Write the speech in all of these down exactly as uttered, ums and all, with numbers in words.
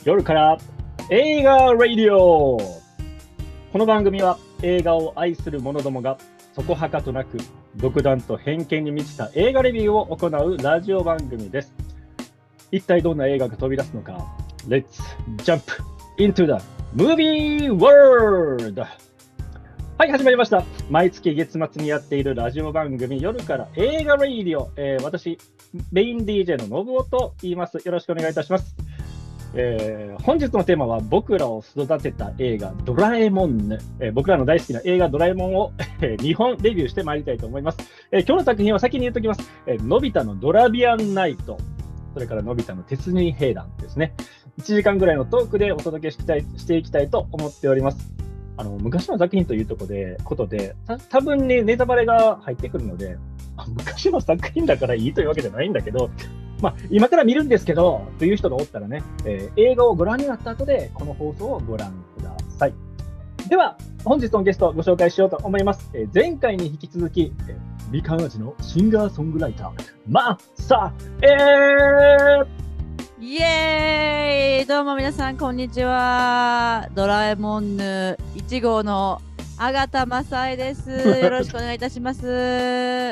夜から映画ラディオ。この番組は映画を愛する者どもがそこはかとなく独断と偏見に満ちた映画レビューを行うラジオ番組です。一体どんな映画が飛び出すのか、 Let's jump into the movie world。 はい、始まりました。毎月月末にやっているラジオ番組夜から映画ラディオ、えー、私メイン ディージェー の信夫と言います。よろしくお願いいたします。えー、本日のテーマは僕らを育てた映画ドラえもん、えー、僕らの大好きな映画ドラえもんを、えー、にほんレビューしてまいりたいと思います。えー、今日の作品は先に言っておきます。えー、のび太のドラビアンナイト、それからのび太の鉄人兵団ですね。いちじかんぐらいのトークでお届けしたいしていきたいと思っております。あの昔の作品というところでことでた多分ねネタバレが入ってくるので、あ昔の作品だからいいというわけじゃないんだけど、まあ、今から見るんですけどという人がおったらね、えー、映画をご覧になった後でこの放送をご覧ください。では本日のゲストをご紹介しようと思います。えー、前回に引き続き、えー、みかん味のシンガーソングライターマサエー。 イエーイ、どうも皆さんこんにちは。ドラえもんぬいち号の阿形正恵です。よろしくお願いいたします。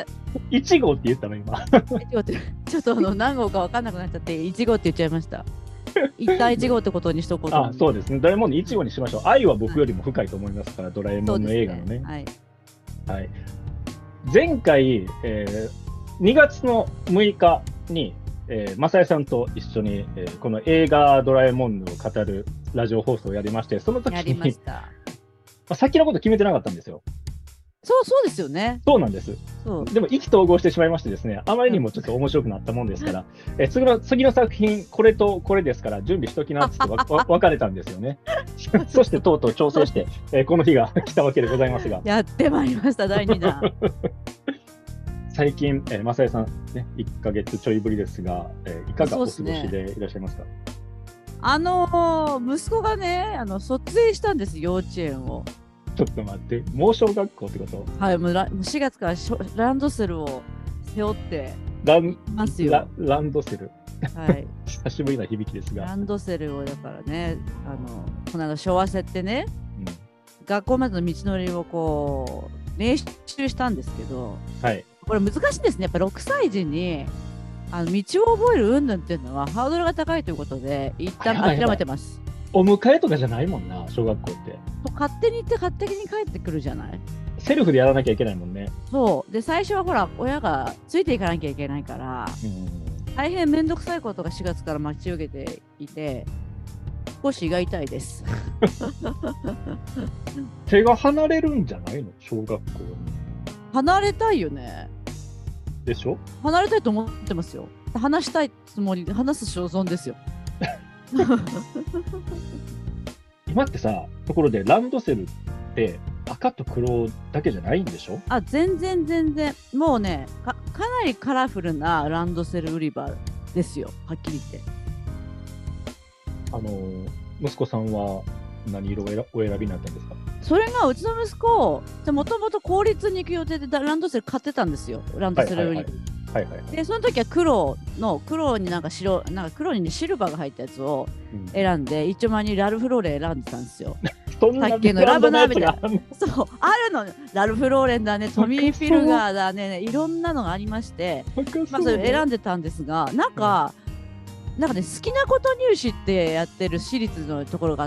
いち号って言ったの今。 いち号ってちょっとあの何号か分かんなくなっちゃっていち号って言っちゃいました。一旦いち号ってことにしとこうと思あ、そうですね。ドラえもんのいち号にしましょう。愛は僕よりも深いと思いますから、はい、ドラえもんの映画のね。 はい。 はい。前回、えー、にがつのむいかに、えー、正恵さんと一緒に、えー、この映画ドラえもんを語るラジオ放送をやりまして、その時にやりました。 まあ、先のこと決めてなかったんですよ。 そうそうですよね。 そうなんです。 そうでも意気投合してしまいましてですね、あまりにもちょっと面白くなったもんですから、え次の次の作品これとこれですから準備しときなっつってわわ別れたんですよね。そしてとうとう調整して、えー、この日が来たわけでございますが、 やってまいりましただいにだん。 最近、えー、正恵さん、ね、いっかげつちょいぶりですが、えー、いかがお過ごしでいらっしゃいますか？ あのー、息子がねあの卒園したんです、幼稚園を。 ちょっと待って、もう小学校ってこと？ はい、もうラもうしがつからランドセルを背負ってランいますよ。 ラランドセル。 はい。 久しぶりな響きですが。 ランドセルをだからね、あのこの間昭和設ってね、うん、学校までの道のりをこう練習したんですけど、 はい、 これ難しいですね。やっぱろくさい児にあの道を覚える云々っていうのはハードルが高いということで一旦諦めてます。 お迎えとかじゃないもんな、小学校って。 勝手に行って勝手に帰ってくるじゃない。 セルフでやらなきゃいけないもんね。 そうで最初はほら親がついていかなきゃいけないから、うん、大変面倒くさいことがしがつから待ち受けていて少し胃が痛いです。 手が離れるんじゃないの、小学校に。 離れたいよね。 でしょ？ 離れたいと思ってますよ。話したいつもりで話す所存ですよ。 今ってさ、ところでランドセルって赤と黒だけじゃないんでしょ？ あ、全然全然もうね か, かなりカラフルなランドセル売り場ですよ、はっきり言って。 あの息子さんは何色をお選びになったんですか？ それがうちの息子もともと公立に行く予定でランドセル買ってたんですよ、ランドセル売り場。はいはいはい、でその時は黒の黒になんか白なんか黒に、ね、シルバーが入ったやつを選んで、うん、一丁前にラルフローレン選んでたんですよ。 そんなさっきのラブナーみたいな。そうあるの、ラルフローレンだね、トミー・フィルガーだね、いろんなのがありまして、まあ、それ選んでたんですが、なんか、うん、なんかね、好きなこと入試ってやってる私立のところがあって、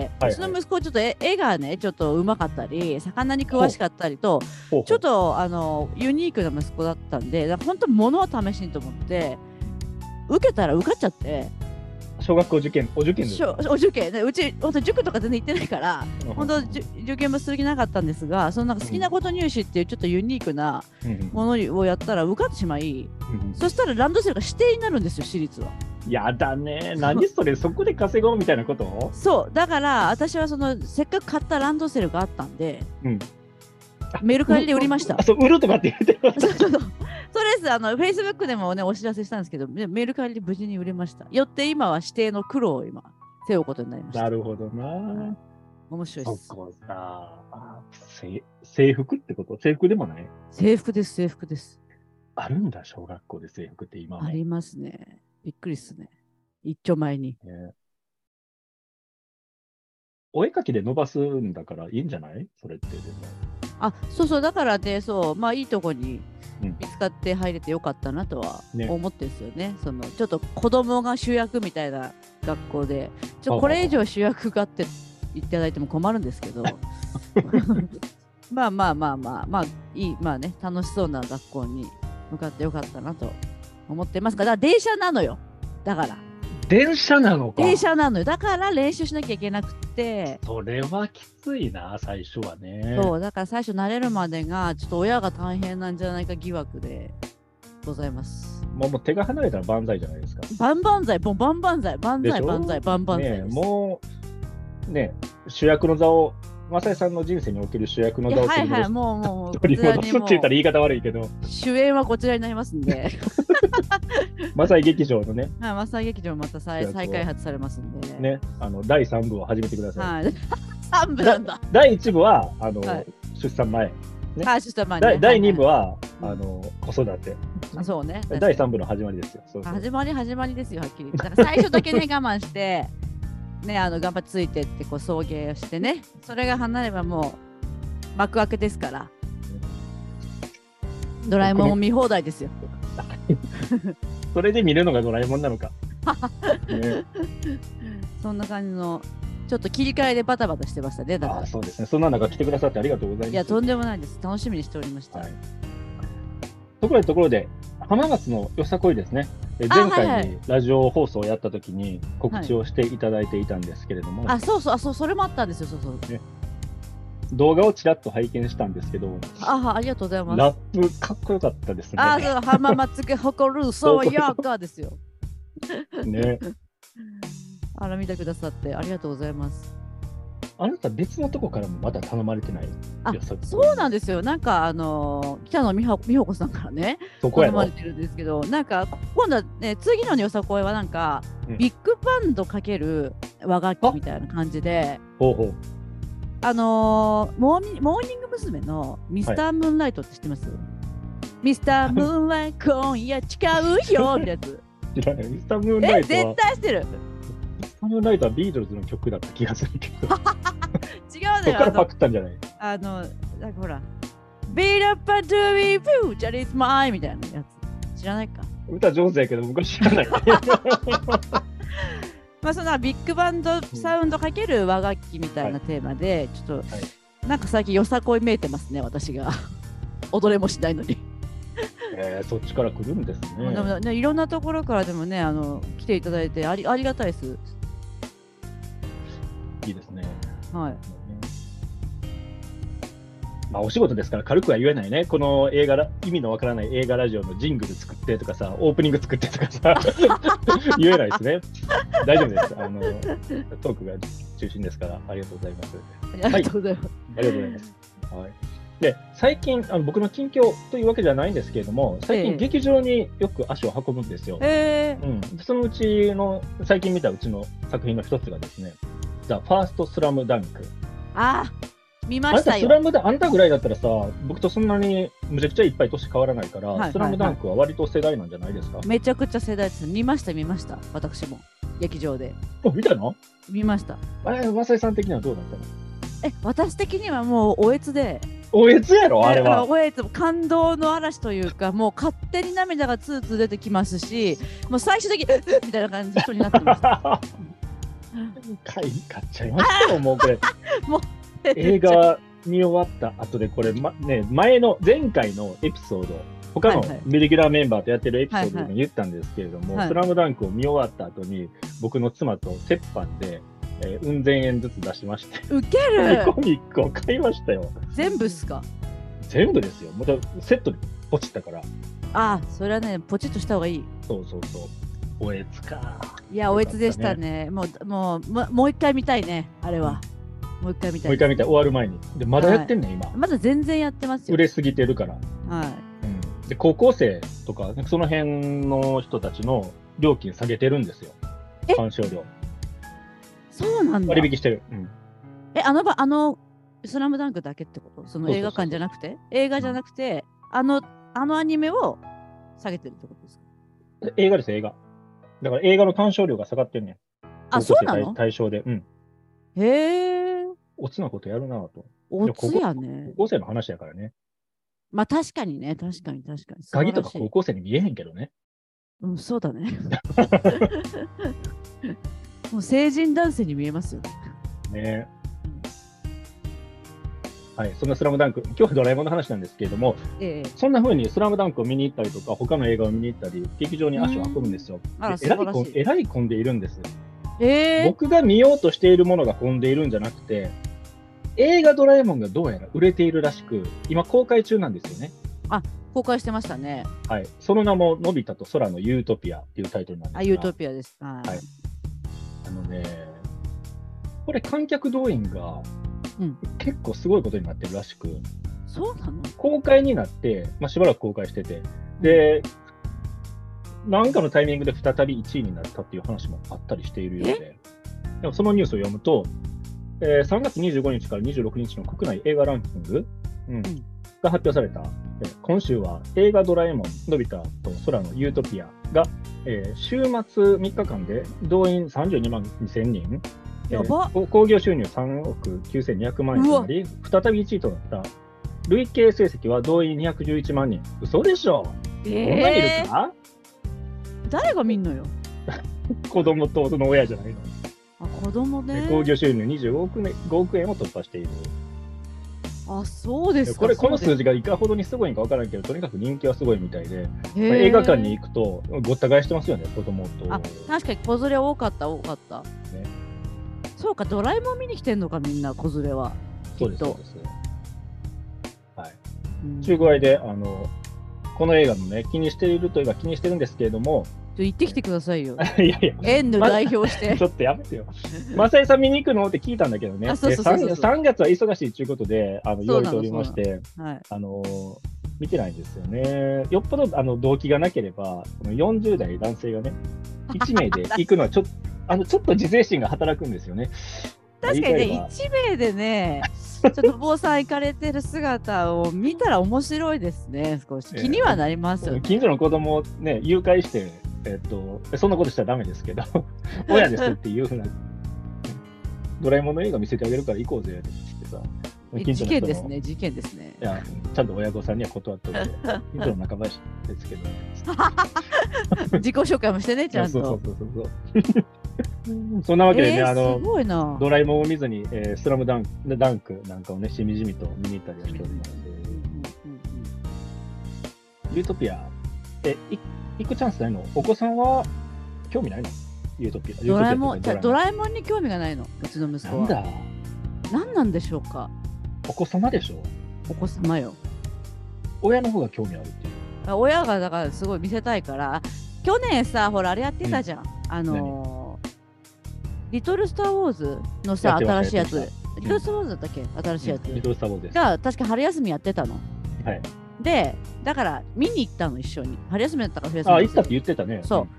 はいはい、うちの息子ちょっと絵がねちょっとうまかったり魚に詳しかったりとちょっとあのユニークな息子だったんで、本当物は試しにと思って受けたら受かっちゃって。 小学校受験お受験ですか？ お受験でうち本当塾とか全然行ってないから本当受験もする気なかったんですが、そのなんか好きなこと入試っていうちょっとユニークなものをやったら受かってしまい、うん、そしたらランドセルが指定になるんですよ、私立は。 やだね、何それそこで稼ごうみたいなこと？ そうだから私はそのせっかく買ったランドセルがあったんで、うん、メルカリで売りました。 あ、そう売るとかって言ってました。 そうそうそうです。あのフェイスブックでもねお知らせしたんですけど、メルカリで無事に売れました。よって今は指定の黒を今背負うことになりました。 なるほどな、はい、 面白いです。 そこさ、制服ってこと？制服でもない？ 制服です、制服です。 あるんだ、小学校で制服って今も。 ありますね。びっくりっすね。一丁前に。 ね、 お絵かきで伸ばすんだからいいんじゃない？それってでも。 あ、そうそう、だからね、そう、まあいいとこにうん見つかって入れてよかったなとはね思ってるんですよね。そのちょっと子供が主役みたいな学校で、ちょはあはあこれ以上主役がって言っていただいても困るんですけど、まあまあまあまあまあいい、まあね、楽しそうな学校に向かってよかったなと思ってますから、だから電車なのよ。だから電車なのか。 電車なのよ。だから練習しなきゃいけなくて、 それはきついな、最初はね。 そう、だから最初慣れるまでがちょっと親が大変なんじゃないか疑惑でございます。 もうもう手が離れたら万歳じゃないですか。 バンバン剤、もうバンバン剤、バンでしょ剤、バン剤、バンバン剤ねです。 もう、ね、主役の座を、マサイさんの人生における主役の座をいやはいはい、 取り戻すもうもう、こ取りちらにも戻すって言ったら言い方悪いけど、 主演はこちらになりますんで、 マサイ劇場のね、 はい、マスター劇場また再再開発されますんで、 ね、あのだいさんぶを始めてください。 はい、さん部なんだ。 だいいち部はあの、 はい出産前、ねはい、そしたらまあねだいだいに部はは、あの子育て、 いはいそうね。 だいさん部の始まりですよ。そうそう始まり始まりですよ、はっきり言って。だから最初だけね、我慢して、ね、あの頑張ってついてってこう送迎をしてね、それが離ればもう幕開けですから、ドラえもんも見放題ですよ。 それで見るのがドラえもんなのか。ね、 そんな感じの、ちょっと切り替えでバタバタしてましたね、だから。 あそうですね。そんな中来てくださってありがとうございます。 いや、とんでもないです。楽しみにしておりました。 はい、ところでところで、浜松のよさこいですね。えあ前はいはい回にラジオ放送をやったときに告知をしていただいていたんですけれども、 あ、そうそう、あ、そう、それもあったんですよ、そうそう。 動画をちらっと拝見したんですけど、 あ、ありがとうございます。 ラップかっこよかったですね。 あ、そう、浜松が誇る、そうやかですよ。 ね、 あら、見てくださってありがとうございます。 あなた別のとこからもまだ頼まれてない？ あよさこいそうなんですよ。なんか、あのー北野美穂美穂子さんからね、 そこやろ頼まれてるんですけど、なんか、今度はね、次のよさこいはなんか、 うんビッグバンドかける和楽器みたいな感じで、 ほうほう。 あのーモーニ、モーニング娘。のミスタームーンライトって知ってます？ミスタームーンライト今夜誓うよみたいなやつ。 知らない。ミスタームーンラえ、 イトは絶、対知ってる。 ミスタームーンライトはビートルズの曲だった気がするけど、そこ違うのよ。 からパあの、 クったんじゃない？ あのなんかほら、Beat up and do it, future is mine みたいなやつ。知らないか。 歌上手やけど僕は知らない。 まあそのビッグバンドサウンドかける和楽器みたいなテーマで、ちょっと、 はいなんか最近よさこいめいてますね、私が。踊れもしないのに。 えー、そっちから来るんですね。 でもね、いろんなところからでもね、あの来ていただいてありありがたいです。 いいですね。 はい。 まあ、お仕事ですから軽くは言えないね。この映画ら、意味のわからない映画ラジオのジングル作ってとかさ、オープニング作ってとかさ、言えないですね。大丈夫です。あの、トークが中心ですから、ありがとうございます。 ありがとうございます。 ありがとうございます。はい。で、最近、あの僕の近況というわけじゃないんですけれども、最ええ近劇場によく足を運ぶんですよ。 えうん。でそのうちの、最近見たうちの作品の一つがですね、ザ・ファースト・スラムダンク。 ー、あ見まあんしたよ。 たスラムダンあんたぐらいだったらさ、僕とそんなにむちゃくちゃいっぱい年変わらないから、 はいはいはいスラムダンクは割と世代なんじゃないですか？ めちゃくちゃ世代です。見ました見ました。私も劇場であ、見たの？ 見ました。 あれ、マサイさん的にはどうだったの？ え、私的にはもうおえつで、 おえつやろ、あれは。 おえつ感動の嵐というか、もう勝手に涙がツーツー出てきますし、もう最終的にみたいな感じの人になってました。 買い買っちゃいましたよ、もうこれ。 もう映画見終わった後で、これ、まね、前の前回のエピソード、他のはいはいレギュラーメンバーとやってるエピソードではいはいも言ったんですけれども、 はいスラムダンクを見終わった後に、僕の妻と折半で、えー、うん千円ずつ出しまして、 ウケるコミックを買いましたよ。 全部っすか？ 全部ですよ。またセットでポチったから。 ああ、それはね、ポチッとした方がいい。 そうそうそう。おえつか。 いや、おえつでしたね。もう、もう、ももう一回見たいね、あれは。もう一回見たい。 もう一回見たい、終わる前に。で、まだやってんねん、今。 まだ全然やってますよ。 売れすぎてるから。 はい。 うん。で、高校生とか、その辺の人たちの料金下げてるんですよ。 え鑑賞料。 そうなんだ。 割引してる。うん。 え、あのば、あの、スラムダンクだけってことそのそうそうそう映画館じゃなくて映画じゃなくて、あの、あのアニメを下げてるってことですか？ 映画です、映画。だから映画の鑑賞料が下がってるねん。 あ、そうなの？ 対象で。うん。 へオツなことやるなと。 おつやね。 高校生の話やからね。 まあ確かにね、確かに確かに。 ガキとか高校生に見えへんけどね。 うん、そうだね。もう成人男性に見えますよ。 ね。はい、そんなスラムダンク、今日はドラえもんの話なんですけれども、ええ、そんな風にスラムダンクを見に行ったりとか、他の映画を見に行ったり、劇場に足を運ぶんですよ。えらいこえらい混んでいるんです。えー、僕が見ようとしているものが混んでいるんじゃなくて、映画ドラえもんがどうやら売れているらしく、今公開中なんですよね。 あ、公開してましたね。 はい。その名も、のび太と空のユートピアっていうタイトルなんですが。 あ、ユートピアです。はい。 あのね、これ観客動員が、うん、結構すごいことになってるらしく、 そうなの？ 公開になって、まあ、しばらく公開してて、で、うん、なんかのタイミングで再びいちいになったっていう話もあったりしているようで、でもそのニュースを読むと、えー、さんがつにじゅうごにちからにじゅうろくにちの国内映画ランキング、うんうん、が発表された。今週は映画ドラえもん、のび太と空のユートピアが、えー、週末みっかかんで動員さんじゅうにまんにせんにん、やば、えー、興行収入さんおくきゅうせんにひゃくまんえんとなり、再びいちいとなった。累計成績は動員にひゃくじゅういちまんにん。嘘でしょ、えー、こんなにいるか？ 誰が見んのよ。 子供とその親じゃないの。 あ、子供ね。 興行収入にじゅうごおくえんを突破している。 あ、そうですか。 これ、この数字がいかほどにすごいのか分からんけど、とにかく人気はすごいみたいで、まあ、映画館に行くと、ごった返してますよね、子供と。 あ、確かに子連れ多かった、多かった。ね、そうか、ドラえもん見に来てんのか、みんな、子連れは。 そうです、そうです。はい。中具合で、あの、この映画のね、気にしているといえば気にしてるんですけれども、 ちょ行ってきてくださいよ。 いやいや、 園の代表して、 ま。ちょっとやめてよ。マサイさん見に行くのって聞いたんだけどね、さんがつは忙しいということであの言われておりまして、はい、あの見てないんですよね。よっぽどあの動機がなければ、よんじゅう代男性がね、いち名で行くのはちょっと、あのちょっと自制心が働くんですよね。 確かにね、いち名でね、ちょっと坊さん行かれてる姿を見たら面白いですね、少し。気にはなりますよね。 えー、近所の子供をね、誘拐して、えっと、そんなことしたらダメですけど、親ですっていうふうな、ドラえもんの映画見せてあげるから行こうぜってさ。 事件ですね、事件ですね。 いや、ちゃんと親御さんには断っておいて、近所の仲間ですけど。 自己紹介もしてね、ちゃんと。 そうそうそうそう。そんなわけでね、 えー、 あのドラえもんを見ずに、えー、スラムダンクダンクなんかをね、しみじみと見に行ったりはしております。ユートピア、え、い行くチャンスないの？お子さんは興味ないの？ユートピア。 ドラえもん、じゃドラえもんに興味がないの、うちの息子は。 なんだ？ 何なんでしょうか。 お子様でしょ？ お子様よ。 親の方が興味あるっていう。 親がだからすごい見せたいから、去年さ、ほらあれやってたじゃん。うん、あのー、リトルスター・ウォーズのさ、新しいやつ。リトルスター・ウォーズだったっけ？新しいやつ。 リトルスター・ウォーズです。 が確か春休みやってたの。 はい。 で、だから見に行ったの、一緒に。春休みだったから冬休み。 あ、行ったって言ってたね。 そう。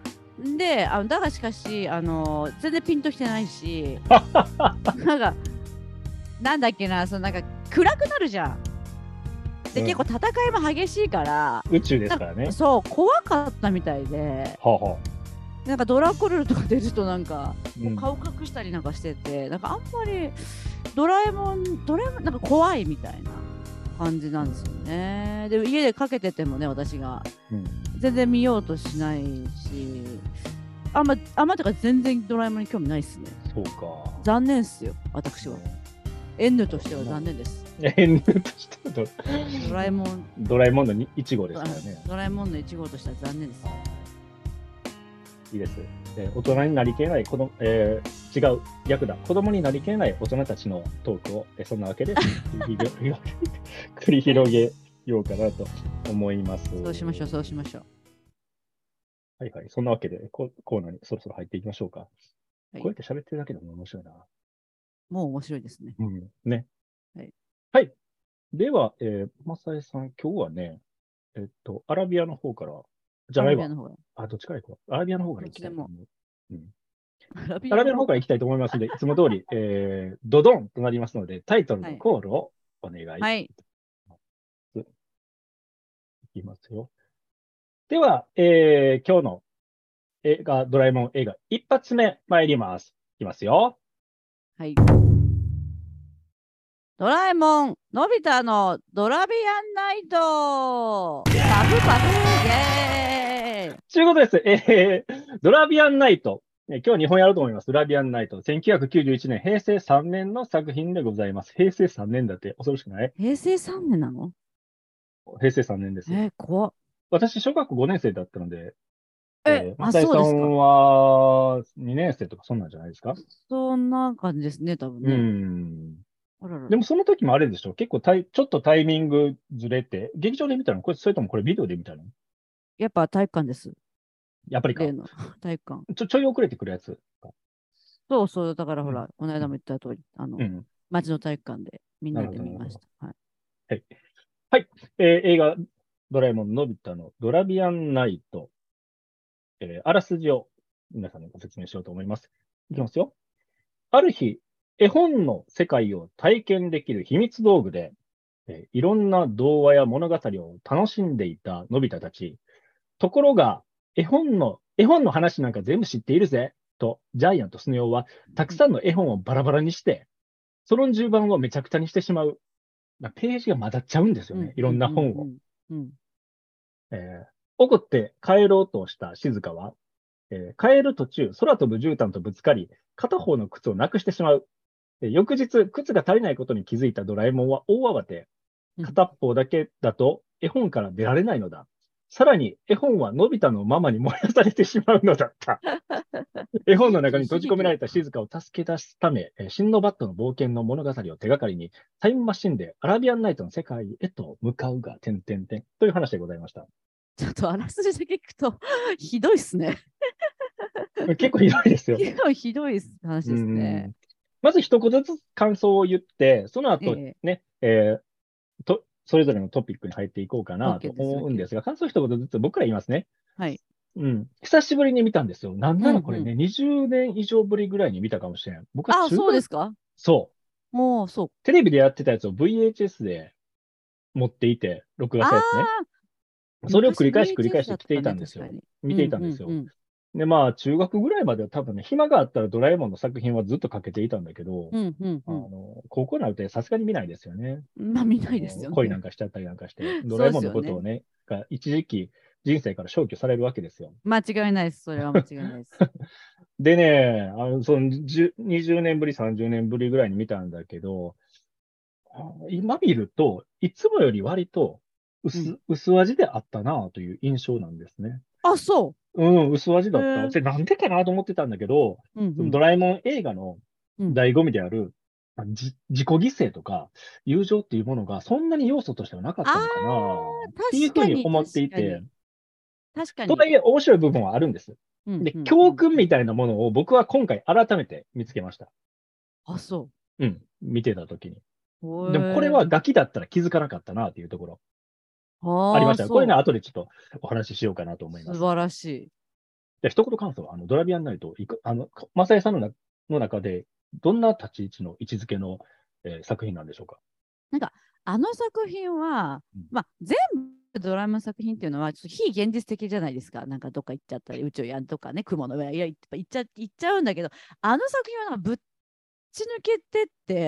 で、あのだがしかし、あのー、全然ピンときてないし、なんか、なんだっけな、そのなんか暗くなるじゃん。で、うん、結構戦いも激しいから、 宇宙ですからね。 そう、怖かったみたいで、 はあはあ、 なんかドラコルルとか出るとなんか、うん、顔隠したりなんかしてて、なんかあんまりドラえもん、ドラえもんなんか怖いみたいな感じなんですよね。で、家でかけててもね、私が、うん、全然見ようとしないし、あんま、あんまとか全然ドラえもんに興味ないっすね。 そうか。 残念っすよ、私は。エヌ としては残念です。 エヌ としてはドラえもん。 ドラえもんのいち号ですからね。 ドラえもんのいち号としては残念です。 いいです。えー、大人になりきれない子供、えー、違う逆だ。子供になりきれない大人たちのトークを、えー、そんなわけで繰り広げようかなと思います。 そうしましょう、そうしましょう。 はいはい。そんなわけでコーナーにそろそろ入っていきましょうか。はい、こうやって喋ってるだけでも面白いな。 もう面白いですね。 うん。ね。 はい。 はい。では、えー、マサイさん、今日はね、えっと、アラビアの方から、じゃないわ。 アラビアの方あ、どっちから行こう。アラビアの方から行きたいと思う。うん。 アラビアラビアの方から行きたいと思いますので、いつも通り、えー、ドドンとなりますので、タイトルのコールをお願いします。はい。いきますよ。では、えー、今日の映画、ドラえもん映画、一発目参ります。いきますよ。 はい。 ドラえもん、のび太のドラビアンナイトパフパフイェーイということです。えー、ドラビアンナイト。えー今日日本やろうと思います。ドラビアンナイト。せんきゅうひゃくきゅうじゅういちねん、平成さんねんの作品でございます。平成さんねんだって恐ろしくない？ 平成さんねんなの？ 平成さんねんですよ。 えー、怖っ。 私、小学校ごねん生だったので、 え、 えー、 あ、 正井さそうですか。 んはにねん生とかそんなんじゃないですか？ そんな感じですね、多分うね。 ん。 あららら。 でもその時もあれでしょ？結構タイ、ちょっとタイミングずれて、劇場で見たのこれ、それともこれビデオで見たの？ やっぱ体育館です。 やっぱりか。 例の体育館。 ちょ、ちょい遅れてくるやつか。 そうそう、だからうん。 ほら、この間も言った通り、あの、 うん。 町の体育館でみんななるほど、なるほど。 で見ました。はい。 はい。はい。えー映画、ドラえもんのび太のドラビアンナイト、えーあらすじを皆さんにご説明しようと思います。いきますよ。ある日、絵本の世界を体験できる秘密道具で、えーいろんな童話や物語を楽しんでいたのび太たち。ところが、絵本の、絵本の話なんか全部知っているぜ、と、ジャイアントスネ夫は、たくさんの絵本をバラバラにして、その順番をめちゃくちゃにしてしまう。まあページが混ざっちゃうんですよね。いろんうんうんな本を。 うんうんうん。 えー怒って帰ろうとした静香は、えー帰る途中、空飛ぶ絨毯とぶつかり、片方の靴をなくしてしまう。えー翌日、靴が足りないことに気づいたドラえもんは大慌て。 うん片っぽだけだと絵本から出られないのだ。さらに、絵本はのび太のママに燃やされてしまうのだった。絵本の中に閉じ込められた静香を助け出すため、えーシンドバッドの冒険の物語を手がかりに、タイムマシンでアラビアンナイトの世界へと向かうが、点々点という話でございました。 ちょっとあらすじだけ聞くとひどいっすね。 結構ひどいですよ。 ひどいひどい話うですね。 ん。まず一言ずつ感想を言って、その後ええ、 ね、えーと、それぞれのトピックに入っていこうかなと OK です、 思うん OK です。 ですが、感想一言ずつ僕から言いますね。 はい。 うん。久しぶりに見たんですよ。なんうんうん。 ならこれね、にじゅうねん以上ぶりぐらいに見たかもしれん。僕はあ、 中学、 そうですか？ そう。 もう、そう。 テレビでやってたやつを ブイエイチエス で持っていて、録画あしたやつね。 あ、 それを繰昔り返し繰り返ブイエイチエスして来ていだったね、 たんですよ。 確かに。 見ていうんたんですよ。 うんうん。 で、まあ、中学ぐらいまでは多分ね、暇があったらドラえもんの作品はずっとかけていたんだけど、 うんうんうん。 あの、高校になるとさすがに見ないですよね。 まあ見ないですあの、恋なんよね。 かしちゃったりなんかして、ドそうラえもんのですよね。 ことをね、が一時期人生から消去されるわけですよ。 間違いないです。それは間違いないです。 でね、あの、そのじゅにじゅうねんぶり、さんじゅうねんぶりぐらいに見たんだけど、あ今見ると、いつもより割とうん。 薄、薄味であったなという印象なんですね。 あ、そうん、薄味う。えだった。 ー、 それなんでかなと思ってたんだけど、そのうんうんドラえもん映画のうん。 醍醐味である、まあじ自己犠牲とか友情っていうものがそんなに要素としてはなかっああ、 たのかなっていう確かに、確ふうに思っていかに。 て、 確かに。 とはいえ面白い部分はあるんです。で、 うんうんう教んうん。 訓みたいなものを僕は今回改めて見つけました。 あ、そうん、見てたときに。 う。 でもこれへえ。 はガキだったら気づかなかったなっていうところありああ、 ました。これね、 そう。 後でちょっとお話ししようかなと思います。 素晴らしい。 で、一言感想は、あの、ドラビアンナイト、いく、あの、マサイさんのなの中で、どんな立ち位置の位置づけの、えー作品なんでしょうか？ なんか、あの作品は、 うん。 まあ、全部ドラえもんの作品っていうのは、ちょっと非現実的じゃないですか。なんかどっか行っちゃったり、宇宙やんとかね、雲の上、いや、行っちゃ行っちゃうんだけど、あの作品はなんかぶっち抜けてって、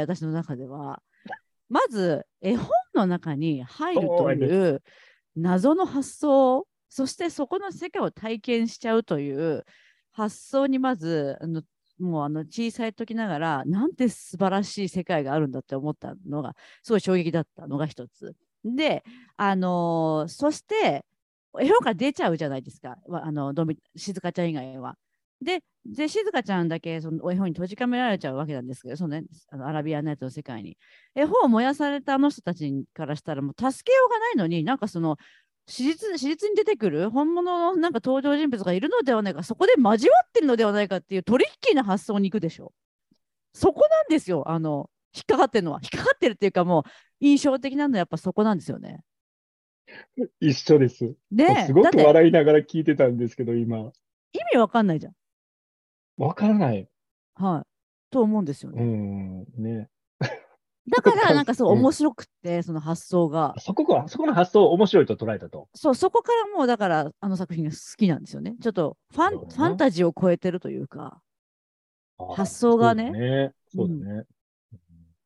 私の中では、まず、絵本の中に入るとおーい、 いう謎の発想、そしてそこの世界を体験しちゃうという発想にまず、あのもうあの小さい時ながら、なんて素晴らしい世界があるんだって思ったのが、すごい衝撃だったのが一つ。で、あのーそして、絵本から出ちゃうじゃないですか、わあのどみ静香ちゃん以外は。で、で静香ちゃんだけその絵本に閉じ込められちゃうわけなんですけど、そのね、あのアラビアンナイトの世界に。絵本を燃やされたあの人たちからしたら、もう助けようがないのに、なんかその、史実史実に出てくる本物のなんか登場人物がいるのではないか、そこで交わってるのではないかっていうトリッキーな発想に行くでしょ。そこなんですよ、あの、引っかかってるのは。引っかかってるっていうか、もう、印象的なのはやっぱそこなんですよね。 一緒です。もうすねえ、 ごくだって笑いながら聞いてたんですけど、今。 意味わかんないじゃん。 わからない。 はい。と思うんですようね。 ん、ね。 だからなんかそううん。 面白くって、その発想が。 そこが、そこの発想を面白いと捉えたと。 そう、そこからもうだからあの作品が好きなんですよね。ちょっとファン、フなるほどな。 ァンタジーを超えてるというか、 ああ、 発想そうだがね。 ね。 うん。 そうだね。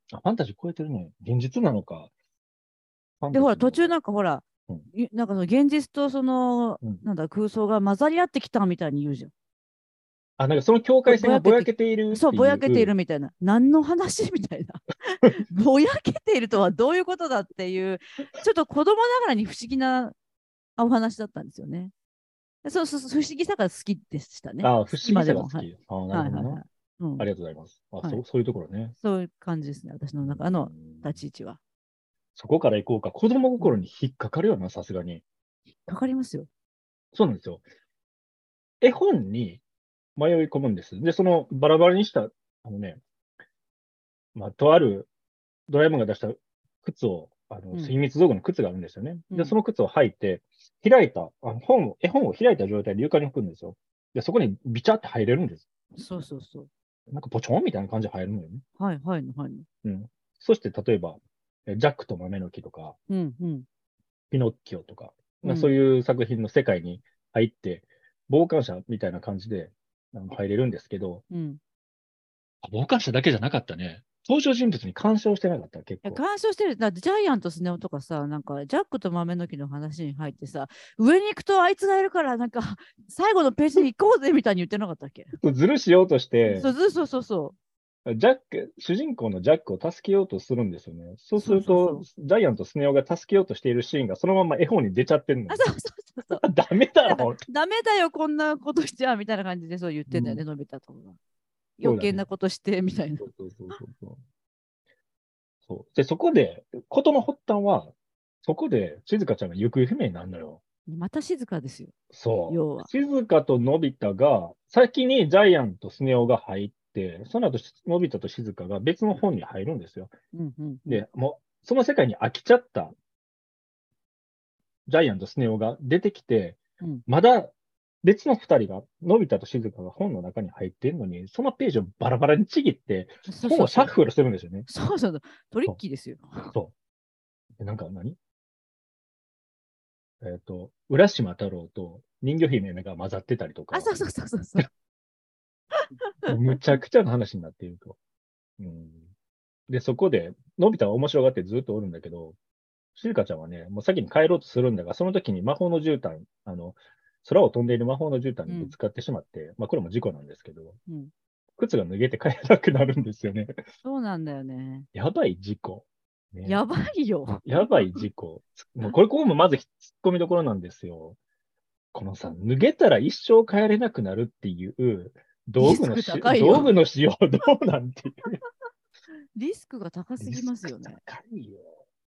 あ、ファンタジー超えてるね。現実なのか。 で、ほら、途中なんかほら、 うん、 なんかその現実とその、うん、なんだ、空想が混ざり合ってきたみたいに言うじゃん。 あ、なんかその境界線がぼやけているっていう。 そう、ぼやけているみたいな。何の話みたいな。ぼやけているとはどういうことだっていう、ちょっと子供ながらに不思議なお話だったんですよね。そうそう、不思議さが好きでしたね。 ああ、不思議さが好き。はい、ああ、なるほどな。 はいはいはい、うん。 ありがとうございます。あ、 はい、 そう、そういうところね。 そういう感じですね。私の中の立ち位置は。 そこから行こうか。子供心に引っかかるよな、さすがに。 引っかかりますよ。 そうなんですよ。絵本に迷い込むんです。で、そのバラバラにした、あのね、まあ、とあるドラえもんが出した靴を、あの、精密道具の靴があるんですよね。うん、で、その靴を履いて、開いた、あの本を、絵本を開いた状態で床に置くんですよ。で、そこにビチャって入れるんです。 そうそうそう。 なんかポチョンみたいな感じで入るのよね。 はいはいはい。 うん。そして、例えば、ジャックと豆の木とか、 うんうん、 ピノッキオとか、まあ、そういう作品の世界に入って、傍観者みたいな感じで入れるんですけど、うん、傍観者だけじゃなかったね。登場人物に干渉してなかった、結構。 干渉してる。だってジャイアントスネ夫とかさ、なんかジャックと豆の木の話に入ってさ、上に行くとあいつがいるから、なんか最後のページに行こうぜみたいに言ってなかったっけ？ ずるしようとして、 そうそうそうそう。 ジャック、主人公のジャックを助けようとするんですよね。そうすると、そうそうそう、ジャイアントスネ夫が助けようとしているシーンがそのまま絵本に出ちゃってるの。 あ、そうそうそうそう。 ダメだろ。 ダメだよ、こんなことしちゃうみたいな感じでそう言ってんだよね、うん、のび太とか。余計なことしてみたいな。 そうそうそうそうそう。そうで、そこで、事の発端は、そこで静香ちゃんが行方不明になるのよ。 また静香ですよ。 そう。要は静香とのび太が、先にジャイアンとスネ夫が入って、その後、のび太と静香が別の本に入るんですよ。うんうんうん、で、もう、その世界に飽きちゃったジャイアンとスネ夫が出てきて、うん、まだ別の二人が、のび太と静香が本の中に入ってるのに、そのページをバラバラにちぎって、本をシャッフルするんですよね。 そうそうそう。トリッキーですよ。 そう。でなんか何えっ、ー、と、浦島太郎と人魚姫が混ざってたりとか。 あ、そうそうそうそうそう。 むちゃくちゃな話になっていると。うん、で、そこで、のび太は面白がってずっとおるんだけど、静香ちゃんはね、もう先に帰ろうとするんだが、その時に魔法の絨毯、あの、空を飛んでいる魔法の絨毯にぶつかってしまって、うん、まあこれも事故なんですけど、うん、靴が脱げて帰れなくなるんですよね。 そうなんだよね。 やばい事故。 ね、やばいよ。 やばい事故。もうこれここもまず突っ込みどころなんですよ。このさ、脱げたら一生帰れなくなるっていう道具のし道具の使用どうなんていう。 リスクが高すぎますよね。 高いよ。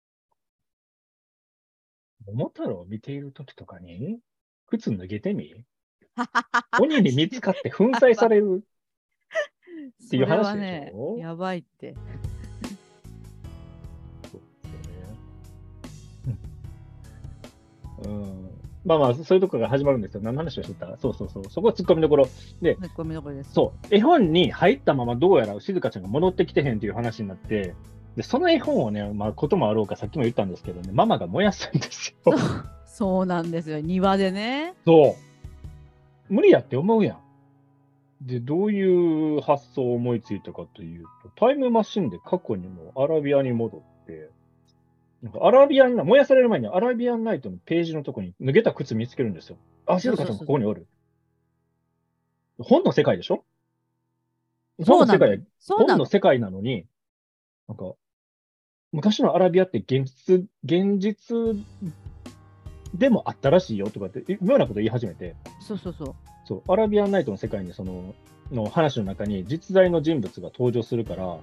桃太郎を見ているときとかに、靴脱げてみ鬼に見つかって粉砕されるっていう話でしょ。 ね、やばいって。 そうですよね。うん。まあまあ、そういうところが始まるんですよ。何の話をしてた？そうそうそう。そこは突っ込みどころ。で、 突っ込みどころです。 そう。絵本に入ったままどうやら静香ちゃんが戻ってきてへんっていう話になって、で、その絵本をね、まあ、こともあろうか、さっきも言ったんですけどね、ママが燃やすんですよ。 そうそうなんですよ。庭でね。 そう。無理やって思うやん。で、どういう発想を思いついたかというと、タイムマシンで過去にもアラビアに戻って、なんかアラビアンナ、燃やされる前にアラビアンナイトのページのとこに脱げた靴見つけるんですよ。あ、静香ちゃんここにおる。本の世界でしょ？本の世界、本の世界なのに、なんか、昔のアラビアって現実、現実でもあったらしいよとかって、妙なこと言い始めて。 そうそうそう。 そう、アラビアンナイトの世界にその、の話の中に実在の人物が登場するから、あの、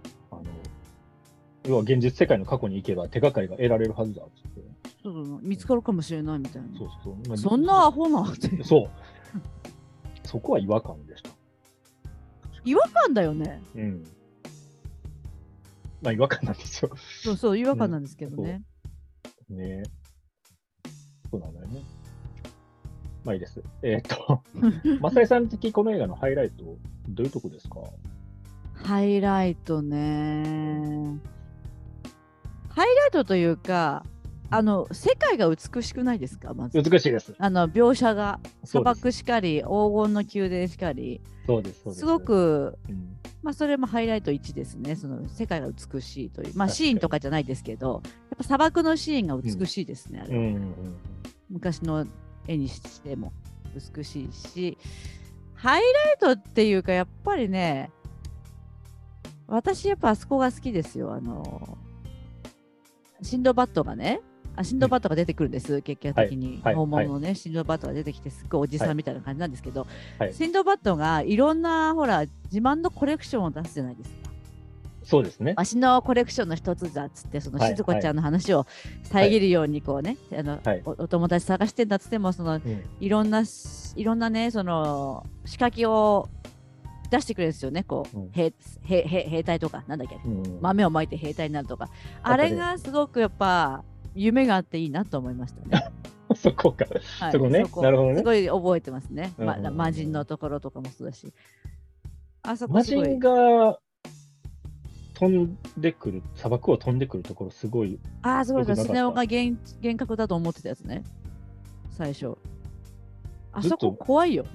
要は現実世界の過去に行けば手がかりが得られるはずだっつって。 そうそう、見つかるかもしれないみたいな。 そうそうそう。 そんなアホなって。 そう。そこは違和感でした。 違和感だよね。 うん。まあ違和感なんですよ。 そうそう、違和感なんですけどね。 うん、ね。そうなんだよね。まあいいです。えー、っと、マサイさん的この映画のハイライト、どういうとこですか？ ハイライトね。ハイライトというか、あの世界が美しくないですか？まず美しいです。 あの描写が砂漠しかり黄金の宮殿しかり、 そうですそうです。 すごく、うん、 まあ、それもハイライトいちですね。その世界が美しいという、まあ、シーンとかじゃないですけど、やっぱ砂漠のシーンが美しいですね、うん、あれは、うんうんうん。昔の絵にしても美しいし、ハイライトっていうか、やっぱりね、私やっぱあそこが好きですよ。あのシンドバッドがね、あシンドバッドが出てくるんです、うん、結果的に、はい、訪問のね、はい、シンドバッドが出てきて、すっごいおじさんみたいな感じなんですけど、はい、シンドバッドがいろんなほら自慢のコレクションを出すじゃないですか。 そうですね。 わしのコレクションの一つだっつって、そのしずこちゃんの話を遮るようにこうね、はい、あのはい、お, お友達探してんだっつっても、その、うん、いろんないろんなね、その仕掛けを出してくれるんですよね、こう、うん、兵, 兵, 兵, 兵隊とか、なんだっけ、うん、豆をまいて兵隊になるとか、あれがすごくやっぱ夢があっていいなと思いましたね。 そこか、はい、そこね、なるほどね。 すごい覚えてますね。ま、魔人のところとかもそうだし。 あそこすごい。魔人が飛んでくる、砂漠を飛んでくるところ、すごい。 ああ、すごいです。スネ夫が幻幻覚だと思ってたやつね、最初。あそこ怖いよ。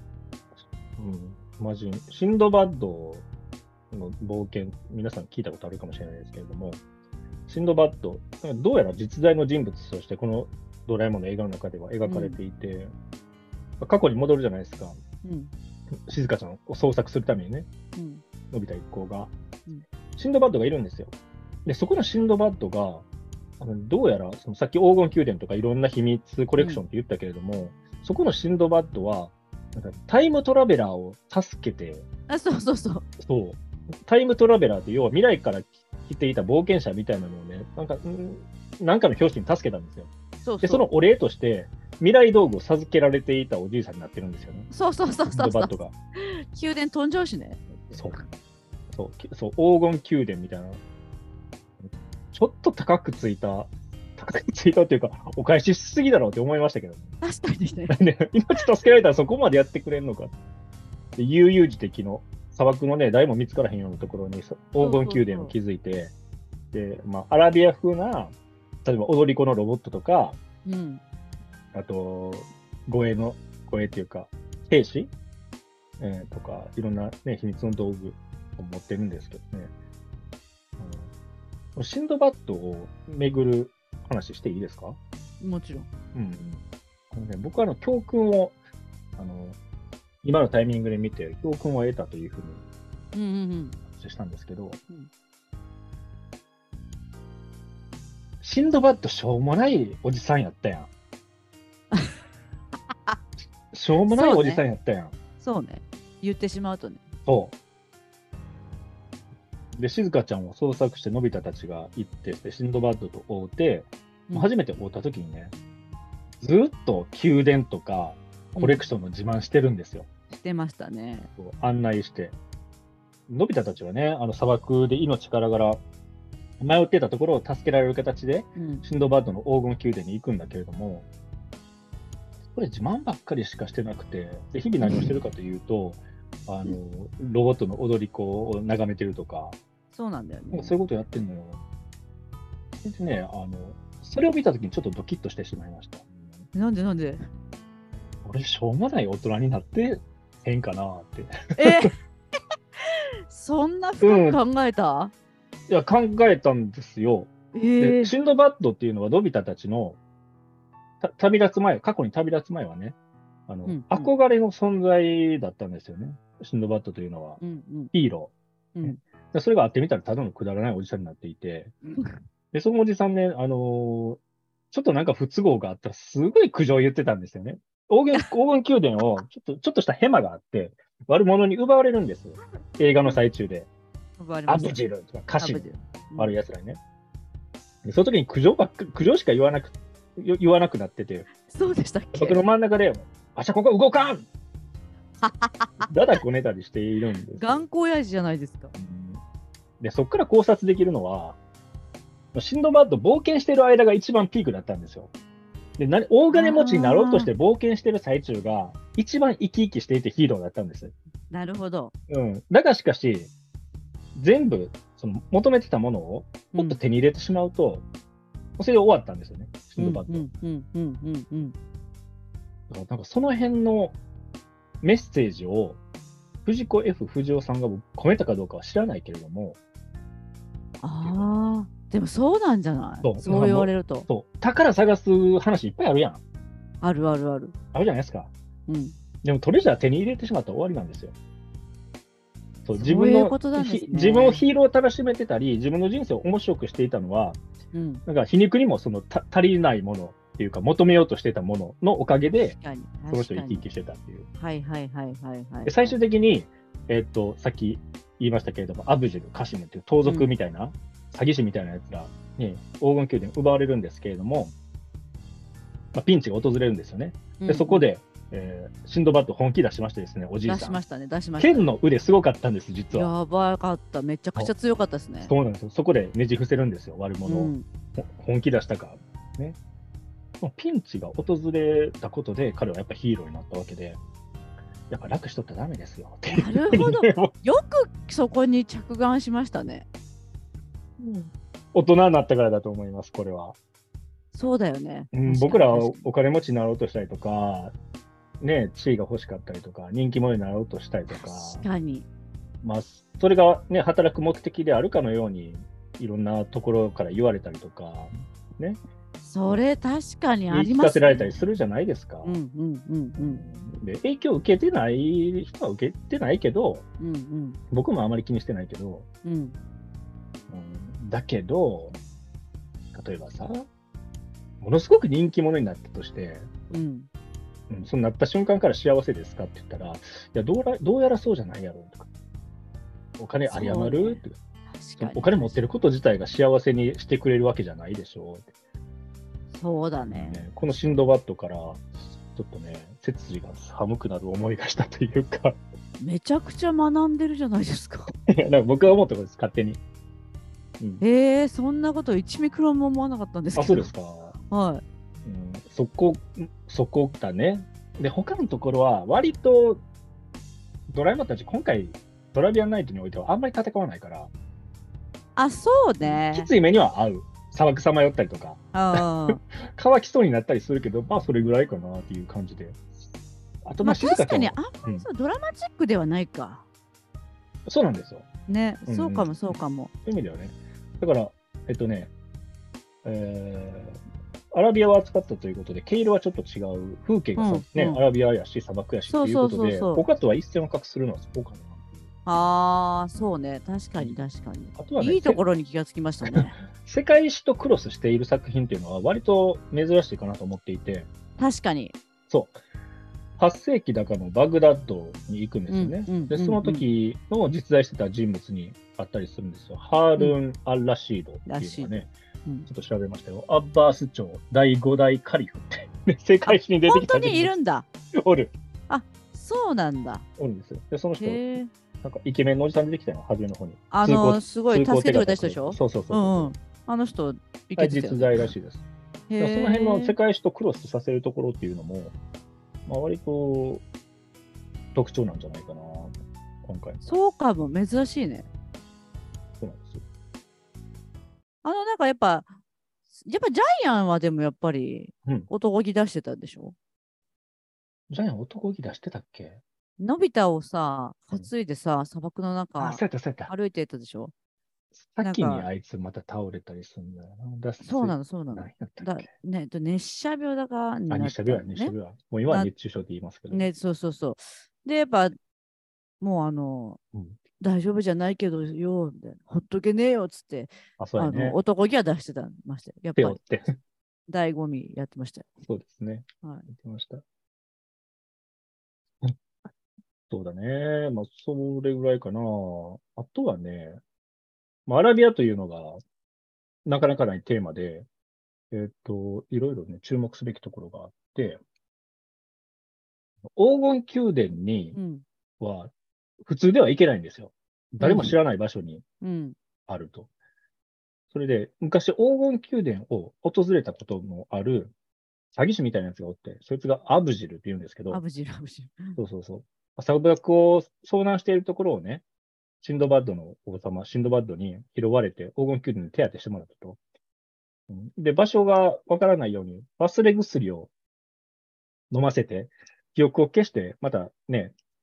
うん、魔人。シンドバッドの冒険、皆さん聞いたことあるかもしれないですけれども、シンドバッド、どうやら実在の人物として、このドラえもんの映画の中では描かれていて、うん、過去に戻るじゃないですか。うん、静香ちゃんを捜索するためにね、うん、のび太一行が、うん。シンドバッドがいるんですよ。で、そこのシンドバッドが、あのどうやらそのさっき黄金宮殿とかいろんな秘密コレクションって言ったけれども、うん、そこのシンドバッドは、なんかタイムトラベラーを助けて、 あ、そうそうそう。 そう。タイムトラベラーって要は未来から来ていた冒険者みたいなのをね、なんか、んなんかの表紙に助けたんですよ。そうそう。で、そのお礼として、未来道具を授けられていたおじいさんになってるんですよね。 そうそうそうそう。シンドバッドが。宮殿飛んじゃうしね。 そう。そう、そう黄金宮殿みたいな。ちょっと高くついた、高くついたっていうか、お返ししすぎだろうって思いましたけど、ね。 確かにね。命助けられたらそこまでやってくれんのか。で悠々自適の砂漠のね、誰も見つからへんようなところに黄金宮殿を築いて、で、まあ、アラビア風な、例えば踊り子のロボットとか、うん、あと、護衛の、護衛っていうか、兵士、えー、とか、いろんな、ね、秘密の道具を持ってるんですけどね。うん、シンドバッドを巡る話していいですか？ もちろん。うん。 あのね、僕はあの教訓を、あの、今のタイミングで見て、教訓を得たというふうに話したんですけど、うんうんうん、シンドバッドしょうもないおじさんやったやん。しょうもないおじさんやったやん。 そうね。そうね。言ってしまうとね。 そう。で、静香ちゃんを捜索してのび太たちが行って、でシンドバッドと会うて、うん、初めて会った時にね、ずっと宮殿とかコレクションの自慢してるんですよ。 うん、してましたね。 案内して。のび太たちはね、あの砂漠で命からがら迷ってたところを助けられる形で、うん、シンドバッドの黄金宮殿に行くんだけれども、これ自慢ばっかりしかしてなくて、で日々何をしてるかというと、あのロボットの踊り子を眺めてるとか、 そうなんだよね。 そういうことやってんのよ。でね、あのそれを見たときにちょっとドキッとしてしまいました。 なんでなんで？ 俺しょうもない大人になってへんかなって。 えそんな深く考えた？ うん、いや考えたんですよ。えー、でシンドバッドっていうのはのび太たちの旅立つ前、過去に旅立つ前はね、あの、うんうん、憧れの存在だったんですよね。シンドバッドというのは、うんうん、ヒーロー、うんで。それがあってみたらただのくだらないおじさんになっていて、で、そのおじさんね、あのー、ちょっとなんか不都合があったらすごい苦情を言ってたんですよね。黄金、黄金宮殿をちょっと、ちょっとしたヘマがあって、悪者に奪われるんですよ。映画の最中で。アブジルとか、カシル、悪い奴らにね。で、その時に苦情ばっか、苦情しか言わなく、言わなくなってて。 そうでしたっけ？ 僕の真ん中で、あしゃここ動かんだだこねたりしているんです。 頑固親父じゃないですか。うん、 で、そこから考察できるのは、シンドバッド冒険してる間が一番ピークだったんですよ。で、な大金持ちになろうとして冒険してる最中が一番生き生きしていてヒーローだったんです。 なるほど。 うん。だがしかし、全部、その求めてたものをもっと手に入れてしまうと、うん、それで終わったんですよね、シンドバッド。うんうんうんうんうん。だからなんかその辺のメッセージを藤子 F 不二雄さんが込めたかどうかは知らないけれども。 ああ、でもそうなんじゃない？ そう、 そう言われると。 そう、宝探す話いっぱいあるやん。 あるあるある。 あるじゃないですか。 うん。 でもトレジャー手に入れてしまったら終わりなんですよ。そう、自そういう分のことなんですね。 自分をヒーローをたらしめてたり、自分の人生を面白くしていたのは、 うん、 なんか皮肉にもそのた足りないものっていうか、求めようとしていたもののおかげで、 確かにその人確かに生き生きしてたっていう。 はいはいはいはいはい。 で最終的に、えーっと、さっき言いましたけれども、アブジェル、カシムっていう盗賊みたいな、詐欺師みたいなやつらに黄金宮殿奪われるんですけれども、まあ、ピンチが訪れるんですよね。で、そこで、えーシンドバッド本気出しましてですね、おじいさん。 出しましたね、出しました。 剣の腕すごかったんです、実は。 やばかった。めちゃくちゃ強かったですね。 そうなんですよ。そこでねじ伏せるんですよ、悪者を。 うんほ本気出したか。ね。ピンチが訪れたことで、彼はやっぱヒーローになったわけで、やっぱ楽しとったらダメですよ。 なるほど。よくそこに着眼しましたね。 大人になったからだと思います、これは。 そうだよね。 うん、僕らはお金持ちになろうとしたりとか、ね、地位が欲しかったりとか、人気者になろうとしたりとか、 確かに。 まあ、それが、ね、働く目的であるかのように、いろんなところから言われたりとか、ね。 それ確かにありますね。 言い聞かせられたりするじゃないですか。 うんうんうんうん。 で、影響を受けてない人は受けてないけど、 うんうん、 僕もあまり気にしてないけど、 うんうん、 だけど、例えばさ、ものすごく人気者になったとして、 うんうん、そうなった瞬間から幸せですかって言ったら、いやどうらどうやらそうじゃないやろとか、お金あり余る、ね、ってお金持ってること自体が幸せにしてくれるわけじゃないでしょうって。 そうだね。 ね、このシンドバッドから、ちょっとね、背筋が寒くなる思いがしたというかめちゃくちゃ学んでるじゃないですか。 なんか僕は思ったことです、勝手に。 うん、えー、そんなこといちミクロンも思わなかったんですけど。 あ、そうですか。 はい。 うん、そこ、そこだね。で、他のところは、割と、ドラえもんたち、今回、ドラビアンナイトにおいてはあんまり戦わないから。 あ、そうね。 きつい目には合う。砂漠さまよったりとか。乾きそうになったりするけど、まあ、それぐらいかなっていう感じで。 あと、まあ、確かに、あんまりそう、うん、ドラマチックではないか。 そうなんですよ。 ね、うん、そうかも、そうかも。 そういう意味ではね。だから、えっとね、えー、アラビアを扱ったということで、毛色はちょっと違う、風景がさ、うん、ね、うん、アラビアやし、砂漠やしということで、他とは一線を画するのはそこかな。 ああ、そうね、確かに確かに。あとはね、いいところに気がつきましたね。 世界史とクロスしている作品っていうのは、割と珍しいかなと思っていて。 確かに。 そう。はっせいきだかのバグダッドに行くんですよね。うんうんうんうん、で、その時の実在してた人物にあったりするんですよ。ハールン・アル・ラシードっていうのがね、うん、ちょっと調べましたよ。アッバース朝だいご代カリフって、世界史に出てきた本当にいるんだ。 おる。 あ、そうなんだ。 おるんですよ。で、その人、なんかイケメンのおじさん出てきたの、初めの方に。 あの、すごい助けてくれた人でしょ。 そうそうそうそう、 うんうん。あの人、 イケメン実在らしいです。その辺の世界史とクロスさせるところっていうのも、まあ、割と特徴なんじゃないかな、今回。 そうかも、珍しいね。 そうなんですよ。 あの、なんかやっぱ、やっぱジャイアンはでもやっぱり、男気出してたんでしょ、うん、 ジャイアン男気出してたっけ？ のび太をさ、担いでさ、砂漠の中、 あ、そうやったそうやった。 歩いてたでしょ。 先にあいつまた倒れたりするんだよな。 そうなの、そうなの。だね、熱射病だかになった、ね。 あ、熱射病は、熱射病は。もう今は熱中症って言いますけど。 ね、そうそうそう。で、やっぱ、もうあの、うん、大丈夫じゃないけどよ、ほっとけねえよっつって、 あ、そうやね、 あの男気は出してたましたよ。やっぱり。醍醐味やってましたよ。 そうですね。はい。やってました。そうだね。まあ、それぐらいかな。あとはね、まあ、アラビアというのが、なかなかないテーマで、えっと、いろいろね、注目すべきところがあって、黄金宮殿には、普通では行けないんですよ。うん、誰も知らない場所にあると。うん、それで、昔黄金宮殿を訪れたことのある詐欺師みたいなやつがおって、そいつがアブジルって言うんですけど、 アブジル、アブジル。 そうそうそう。砂漠を遭難しているところをね、シンドバッドの王様、シンドバッドに拾われて、黄金宮殿に手当てしてもらったと。で、場所がわからないように、忘れ薬を飲ませて、記憶を消して、またね、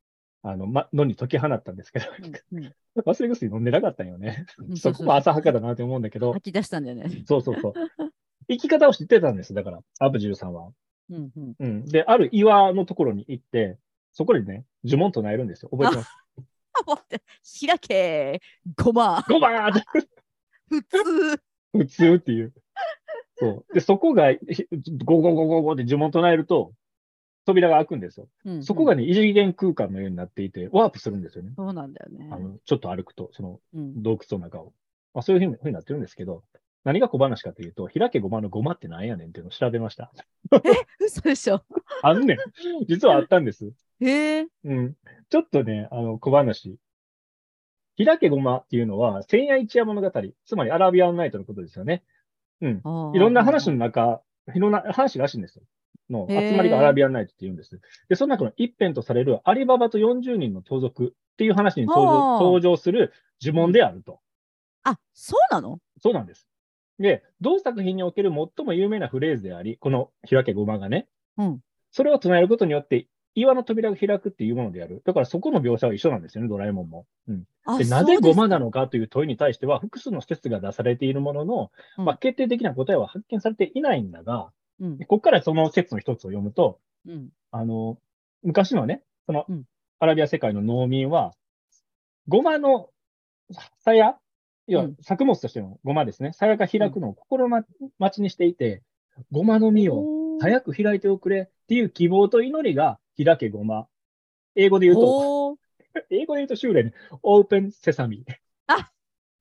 あの、ま、のに解き放ったんですけど、 うんうん、 忘れ薬飲んでなかったんよね。 うん、 そこも浅はかだなって思うんだけど、 吐き出したんだよね。 そうそうそう。生き方を知ってたんです、だから、アブジューさんは。 うんうん。 うん。で、ある岩のところに行って、そこでね、呪文唱えるんですよ。覚えてます？ あ、待って、開け、ごま。 ゴバーって普通。 普通っていう。そう。で、そこが、ひゴゴゴゴゴって呪文唱えると、扉が開くんですよ。 うんうん。 そこがね、異次元空間のようになっていて、ワープするんですよね。 そうなんだよね。 あの、ちょっと歩くと、そのうん。 洞窟の中を。まあ、そういうふうにふうになってるんですけど、何が小話かというと、開けごまのごまって何やねんっていうのを調べました。 え、嘘でしょ。 あんねん。実はあったんです。 へえ。 うん。ちょっとね、あの、小話。開けごまっていうのは、千夜一夜物語、つまりアラビアンナイトのことですよね。うん。 ああ、 いろんなはあ、 話はあ。 の中、いろんな話らしいんですよ。のへ集まりがアラえ。 ビアンナイトって言うんです。で、その中の一編とされるアリババとよんじゅうにんの盗賊っていう話に登場はあ。 登場する呪文うん。 であると。 あ、そうなの？ そうなんです。で、同作品における最も有名なフレーズであり、この開けごまがね、 うん。 それを唱えることによって岩の扉が開くっていうものである。だからそこの描写は一緒なんですよね、ドラえもんも。うん、 あ、 で、なぜそうでゴマなすか。 のかという問いに対しては、複数の説が出されているものの、まあ、 うん。 決定的な答えは発見されていないんだが、 うん。 ここからその説の一つを読むと、 うん。 あの、昔のね、そのうん。 アラビア世界の農民は、ゴマの鞘、要はうん。 作物としてのゴマですね、鞘がうん。 開くのを心待ちにしていて、ゴマの実をほー。 早く開いておくれっていう希望と祈りが開けゴマ。英語で言うと、 ほー。 英語で言うと修練、オープンセサミ。 あ、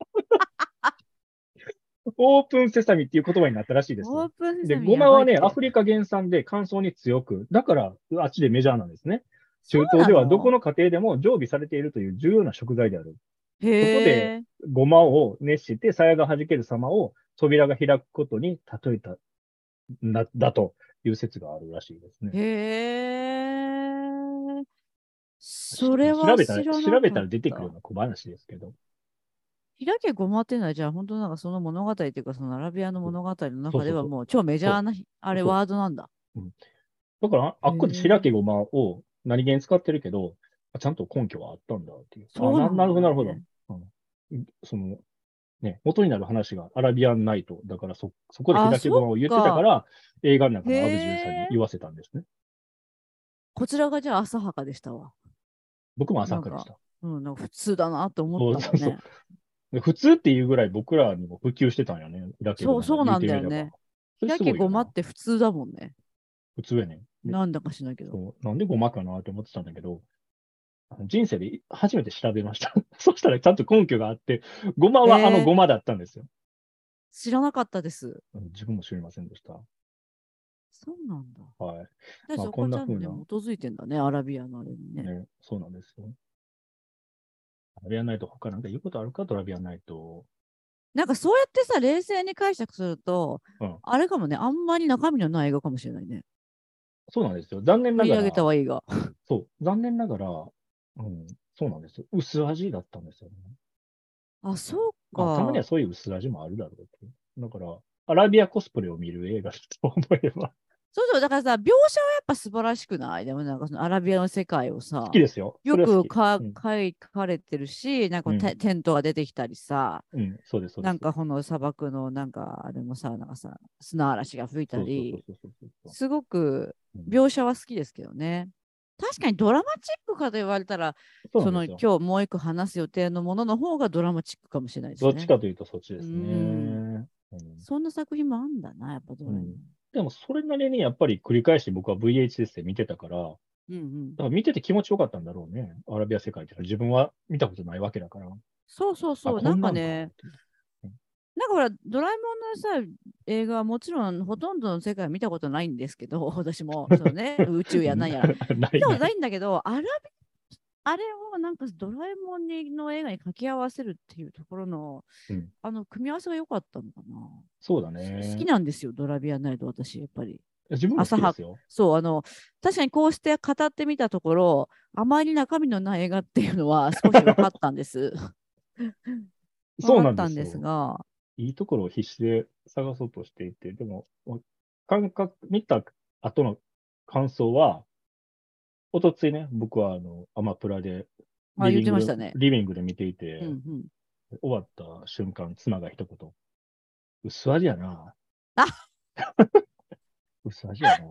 オープンセサミっていう言葉になったらしいですよ。 オープンセで、 サミやばゴマはね、アいって。 フリカ原産で乾燥に強く、だからあっちでメジャーなんですね。 そ中う東ではどこなの？ の家庭でも常備されているという重要な食材である。 へそこで、 え。 ゴマを熱して、鞘が弾ける様を扉が開くことに例えた、な、だという説があるらしいですね。 へえ。そしれは調べたら、 知らなかっ調べたら出てくるようた。 な小話ですけど。 開けごまっていうのは、じゃあ本当なんかその物語っていうか、そのアラビアの物語の中ではそうそうそう。 もう超メジャーそな、あう。 れそワードなんだ。 う。うん、だから、あへっこで白え。 けごまを何気に使ってるけど、ちゃんと根拠はあったんだっていう。あ、な、 そうなんなるほど、なるほど。 だね。 うん、その、ね、元になる話がアラビアンナイト。だからそ、そこであ、 開けそっごまを言ってたかか。 ら、映画の中へのアブジューさんに言え。 わせたんですね。 こちらがじゃあ浅はかでしたわ。 僕も浅なんか、 はかでした。 うん、なんか普通だなと思っそうそうそう。 たもんね。 で普通っていうぐらい僕らにも普及してたんやね。開けごそう、 まが言うそうなんてみれば。 だよね。 それ開けごますごいよな。 って普通だもんね。 普通やね。で、 なんだかしないけど。 そう、なんでごまかなって思ってたんだけど、あの人生で初めて調べました。そしたらちゃんと根拠があって、ごまへはあのえ、 ごまだったんですよ。 知らなかったです。 うん、自分も知りませんでした。 そうなんだ。 はい。 で、 まあ、 そこんこちゃんとね、 な風な、 基づいてんだね、アラビアのあれにね。 ね、そうなんですよ。トラビアンナイト、他なんか言うことあるか、トラビアンナイト。 なんかそうやってさ、冷静に解釈すると、 うん。 あれかもね、あんまり中身のない映画かもしれないね。 そうなんですよ。残念な取り上げたがら、 はいいが。 そう、残念ながら、うん、そうなんですよ。薄味だったんですよね。 あ、そうまあ、たまにはか。 そういう薄味もあるだろうっていう。だから、アラビアコスプレを見る映画だと思えば、 そうそう、だからさ、描写はやっぱ素晴らしくない？でもなんかそのアラビアの世界を好きさ、 ですよ。そよれは好き。 くかうん。 書かれてるし、なんかテうん。 テントが出てきたりさ、 うん。そうです、そうです。 なんかこの砂漠のなんかあれもさ、なんかさ、砂嵐が吹いたそうそうそうり、 そうそうそう。 すごくうん、 描写は好きですけどね。確かにドラマチックかと言われたら、そのそうなんですよ。 今日もう一個話す予定のものの方がドラマチックかもしれないですどっちね。 かというとそっちうですん。 ね。うん。 そんな作品もあんだな、やっぱドラえもん。 うん。でも、それなりにやっぱり繰り返し僕は ブイエイチエス で見てたから、だうんうん。 から見てて気持ちよかったんだろうね。アラビア世界っていうのは自分は見たことないわけだから。あ、 そうそうそう。なんこんなんか。 かね、 っていう。 なんかほら、ドラえもんのさ、映画はもちろんほとんどの世界は見たことないんですけど、私も、そのね、宇宙やなんやら。 ないない。 見たことないんだけど、アラビ、あれをなんかドラえもんにの映画に掛け合わせるっていうところの、 うん。 あの、組み合わせが良かったのかな。 そうだ好きね。 なんですよ、ドラビアンナイト、私、やっぱり。 自分も好朝は、 きですよ。 そう、あの、確かにこうして語ってみたところ、あまり中身のない映画っていうのは少し分かったんです。分そうなんでかったんですすよ。 が、 いいところを必死で探そうとしていて、でも、感覚、見た後の感想は、 おとついね、僕はあの、アマプラであ、言っリビングで、 てましたね。 リビングで見ていて、 うんうん。 終わった瞬間、妻が一言、薄味やな。 あ、 薄味やな。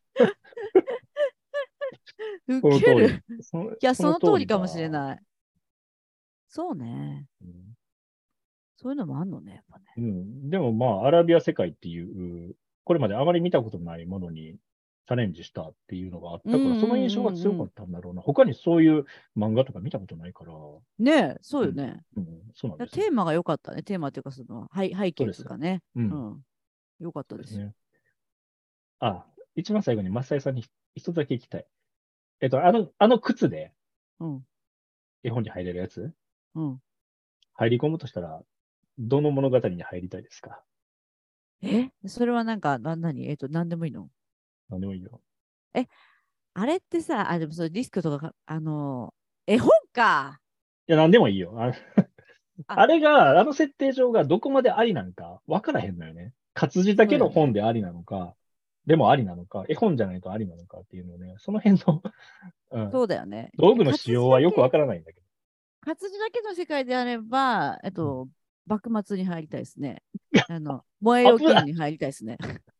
ウこの通り、 ケる。 その、 いや、 そのその通りだ。 通りかもしれない。そうね。 うん、 そういうのもあんのね、やっぱね。 うん、でもまあ、アラビア世界っていう、これまであまり見たことないものにチャレンジしたっていうのがあっうんたから、その印象が強かっうんうんたんだろうな。他にそういう漫画とか見たことないから、 うん。ねえ、そううん、 よね。 うん、そうなんですよ。 テーマが良かったね。テーマっていうか、その背背景そうです。 とかね。 うん、 うん。良かったですよ。 そうですね。あ、一番最後にマッサイさんに一つだけ聞きたい。えっと、あの、あの靴でうん。 絵本に入れるやつうん。 入り込むとしたら、どの物語に入りたいですか？ えそれはなんか、な、何えっと、何でもいいの？ 何でもいいよ。 え、あれってさ、あ、でもそれディスクとかか、あのー、絵本か。 いや、何でもいいよ。あ、 あ、 あれが、あの設定上がどこまでありなんか分からへんのよね。活字だけのそうよね。 本でありなのか、でもありなのか、絵本じゃないとありなのかっていうのね、その辺の、うん、 そうだよね。 道具の活仕様字だけ、 はよく分からないんだけ活字だけの世界であれば、えっど。うん、 と、幕末に入りたいですね。あの、燃えあ、 よぶな、 剣に入りたいですね。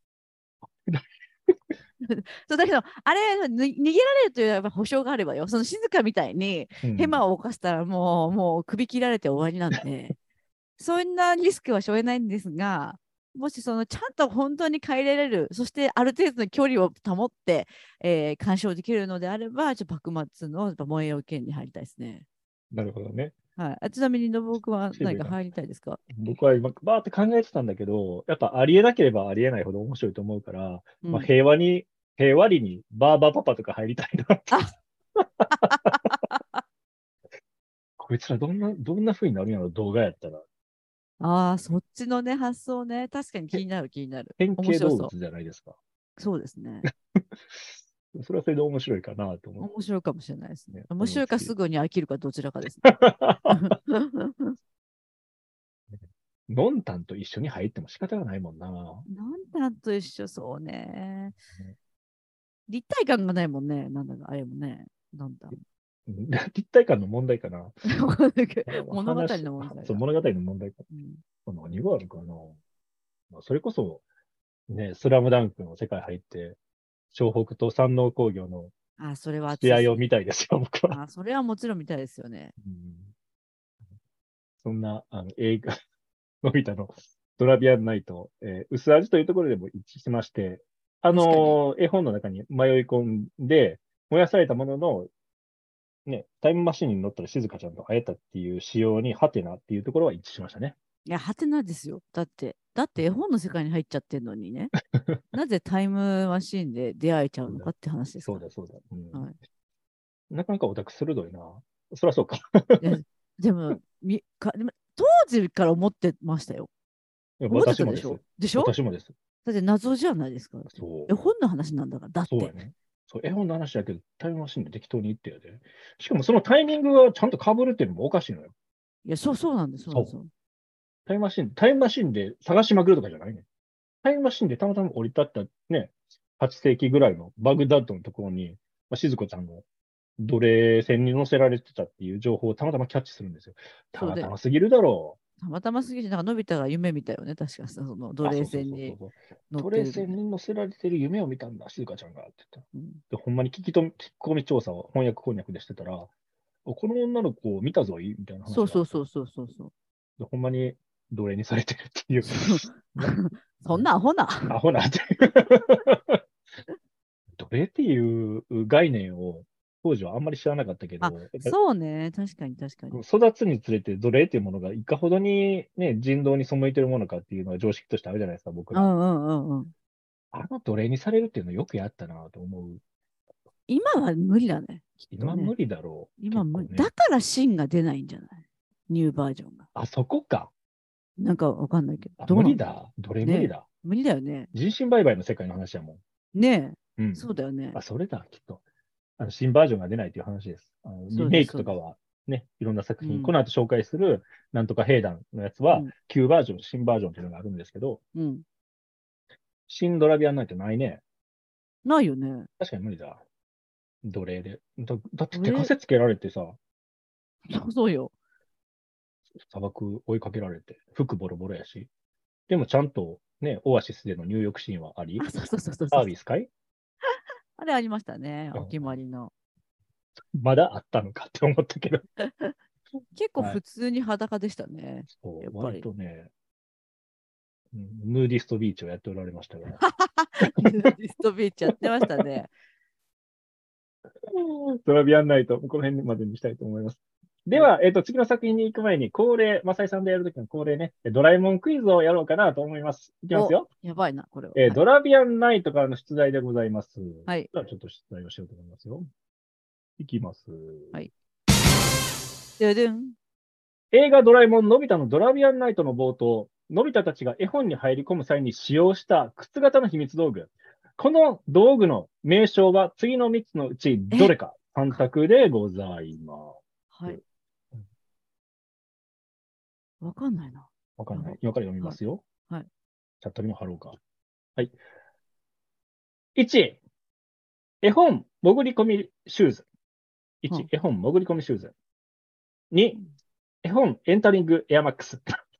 そうだけど、あれ、ぬ逃げられるというやっぱ保証があればよ。その静かみたいにうん、 ヘマを犯したらもう、もう首切られて終わりなんで、そんなリスクは背負えないんですが、もしそのちゃんと本当に帰れれる、そしてある程度の距離を保って、えー鑑賞できるのであれば、ちょっと幕末のやっぱ燃えよ剣に入りたいですね。 なるほどね。 はい。あ、ちなみに、信僕は渋いな。 何か入りたいですか？ 僕は今、バーって考えてたんだけど、やっぱありえなければありえないほど面白いと思うから、まあ、 うん。 平和に、平和裏にバーバーパパとか入りたいなって。 あ、 こいつらどんな、どんな風になるんやろ、動画やったら。 あー、そっちのね、発想ね。確かに気へになる、気になる。 変面白そ形動物じゃないですか。 う。そうですね。 それはそれで面白いかなと思っ面白いかもしれないですね。 てね、 面白いか思いつつ。 すぐに飽きるかどちらかですね。 ノンタンと一緒に入っても仕方がないもんな。 なんたんと一緒、そうね。立体感がないもんね。なんだか、あれもね。なんだ。 うん立体感の問題かな。 物語話、 の問題そう、 が。 物語の問題かうん、 な。何があるかな。まあそれこそ、ね、スラムダンクの世界入って、湘北と山王工業のあ、それは熱いですね。 試合を見たいですよ、僕は。 あ、それはもちろん見たいですよね。 うん、そんな、あの、映画、のび太のドラビアンナイト、えー薄味というところでも一致しまして、あ確かに。 のー絵本の中に迷い込んで、燃やされたものの、ね、タイムマシンに乗ったら静香ちゃんと会えたっていう仕様に、ハテナっていうところは一致しましたね。 いや、はてなですよ。だって、だって絵本の世界に入っちゃってるのにね。なぜタイムマシーンで出会えちゃうそうだ、 のかって話ですかそうだ、そうだ。うん、 ら。はい。 なかなかオタク鋭いな。そりゃそうか。 いや、でも、みかでも当時から思ってましたよ。 いや思って私もです。 たでしょ？でしょ？ 私もです。 だって謎じゃないですか。だってそう。 絵本の話なんだから。だって。 そうやね。そう、絵本の話だけど、タイムマシンで適当に言ってやで。しかもそのタイミングがちゃんと被るっていうのもおかしいのよ。 いや、そう、そうなんです、そうなんです。 そう。タイムマシン、タイムマシンで探しまくるとかじゃないね。タイムマシンでたまたま降り立ったね、はっ世紀ぐらいのバグダッドのところに、まあ、静子ちゃんの奴隷船に乗せられてたっていう情報をたまたまキャッチするんですよ。たまたそうで、 ますぎるだろたまたますぎて、なんかのび太が夢見たよね。確かそのう。 奴あ、そうそう隷船にそうそうそう。 乗っ奴隷てるみたい船に乗せられてる夢を見たんだ、静香ちゃんがって言った。 な。うん、 で、ほんまに聞きと聞き込み調査を翻訳こんにゃくでしてたら、この女の子を見たぞいみたいなそう話があって。 そうそうそうそうそう。 で、ほんまに奴隷にされてるっていう。 そうな、 そんなアホな。 アホなって奴隷っていう概念を当時はあんまり知らなかったけあ、 ど、 そうね。確かに確かに。 育つにつれて奴隷っていうものがいかほどにね、人道に背いてるものかっていうのは常識としてあるじゃないですか、僕ら。 うんうんうんうん。 あの奴隷にされるっていうのよくやったなと思う。 今は無理だね。きっとね。 今無理だろう。 今無理。だ結構ね。 から芯が出ないんじゃない？ニューバージョンが。 あそこか。 なんかわかんないけど。 あ、 どうなんだろ無理だ。奴隷う。ねえ。 無理だ。 無理だよね。 人身売買の世界の話やもねえ。 ん。うん。 そうだよね。 あ、それだ、きっと。あの、新バージョンが出ないという話です。あの、リメイそうです、そうです。 クとかは、ね、いろんな作品、こうん。 の後紹介する、なんとか兵団のやつは、 うん。 旧バージョン、新バージョンっていうのがあるんですけど、 うん。 新ドラビアンナイトないね。 ないよね。 確かに無理だ。 奴隷で。だ、だって手枷つけられてさ、 そうそうよ。 砂漠追いかけられて、服ボロボロやし。でもちゃんとね、オアシスでの入浴シーンはあり、 あ、そうそうそうそうサそう。 ービスかい？ あれありましたね、 うんお決まりの。 まだあったのかって思ったけど。 結構はい普通に裸でしたね。 そう、 やっぱり。 割とね、うんヌーディストビーチをやっておられましたが。 ヌーディストビーチやってましたね。 ドラビアンナイト、この辺までにしたいと思います。では、えっと、次の作品に行く前に、恒例、マサイさんでやるときの恒例ね、ドラえもんクイズをやろうかなと思います。いきますよ。 やばいな、これは。 えーはい、 ドラビアンナイトからの出題でございます。 はい。 では、ちょっと出題をしようと思いますよ。いきます。 はい。ででん。 映画ドラえもんのび太のドラビアンナイトの冒頭、のび太たちが絵本に入り込む際に使用した靴型の秘密道具。この道具の名称は次のみっつのうちどれかさん択でございます。 はい。わかんないな。 わかんない。今から読みますよ。 はい。はい、 チャットにも貼ろうか。はい。いち、絵本潜り込みシューズ。いち、絵本潜り込みシューズ。に、絵本エンタリングエアマックス。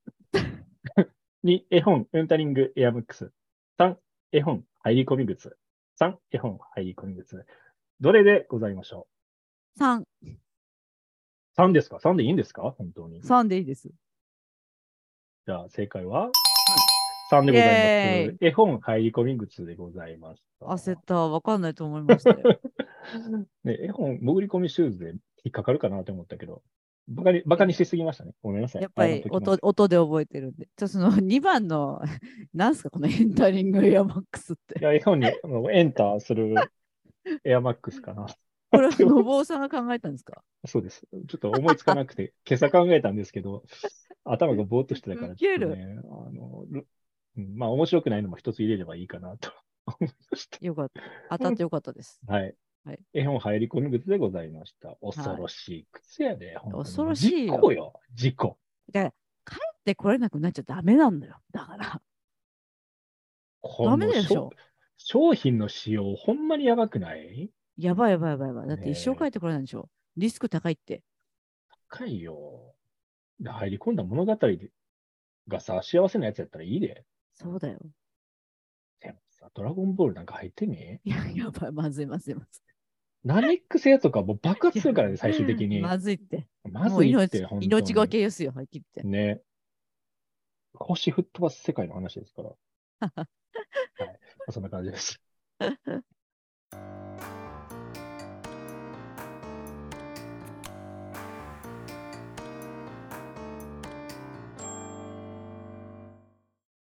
に、絵本エンタリングエアマックス。さん、絵本入り込み靴。さん、絵本入り込み靴。どれでございましょう ?さん。 さんですか ?さん でいいんですか本当に。 さんでいいです。 じゃあ、正解は、はい、さんでございます。絵本入り込み靴でございました。 焦った。わかんないと思いましたよ。 ね、絵本潜り込みシューズで引っかかるかなと思ったけど、バカに、バカにしすぎましたね。ごめんなさい。 やっぱり音音で覚えてるんで。ちょっとそのにばんの、なんすか、このエンタリングエアマックスって。 いや、絵本にエンターするエアマックスかな。 これはのぼうさんが考えたんですか？ そうです。ちょっと思いつかなくて、今朝考えたんですけど、頭がぼーっとしてたから、ちょっとね、あの、うん、まあ、面白くないのも一つ入れればいいかなと思いました。 よかった。当たってよかったです。 はい。はい、絵本入り込み靴でございました。恐ろしい靴やで、はい、 恐ろしいよ。 事故よ、事故。 だから帰ってこれなくなっちゃダメなんだよ。だから。ダメでしょ。 商品の使用、ほんまにやばくない？ やばいやばいやばいやばい。だって一生帰ってこれないでしょ。リスク高いって。 高いよ。入り込んだ物語がさ、幸せなやつやったらいいで。 そうだよ。 でもさ、ドラゴンボールなんか入ってねえ。いや、やばい、まずいまずいまずい。 ナメック星とかもう爆発するからね、最終的に。 まずいって。 まずいって、 もう命、命がけですよ、はっきり言って。 ね。星吹っ飛ばす世界の話ですから。はい。そんな感じです。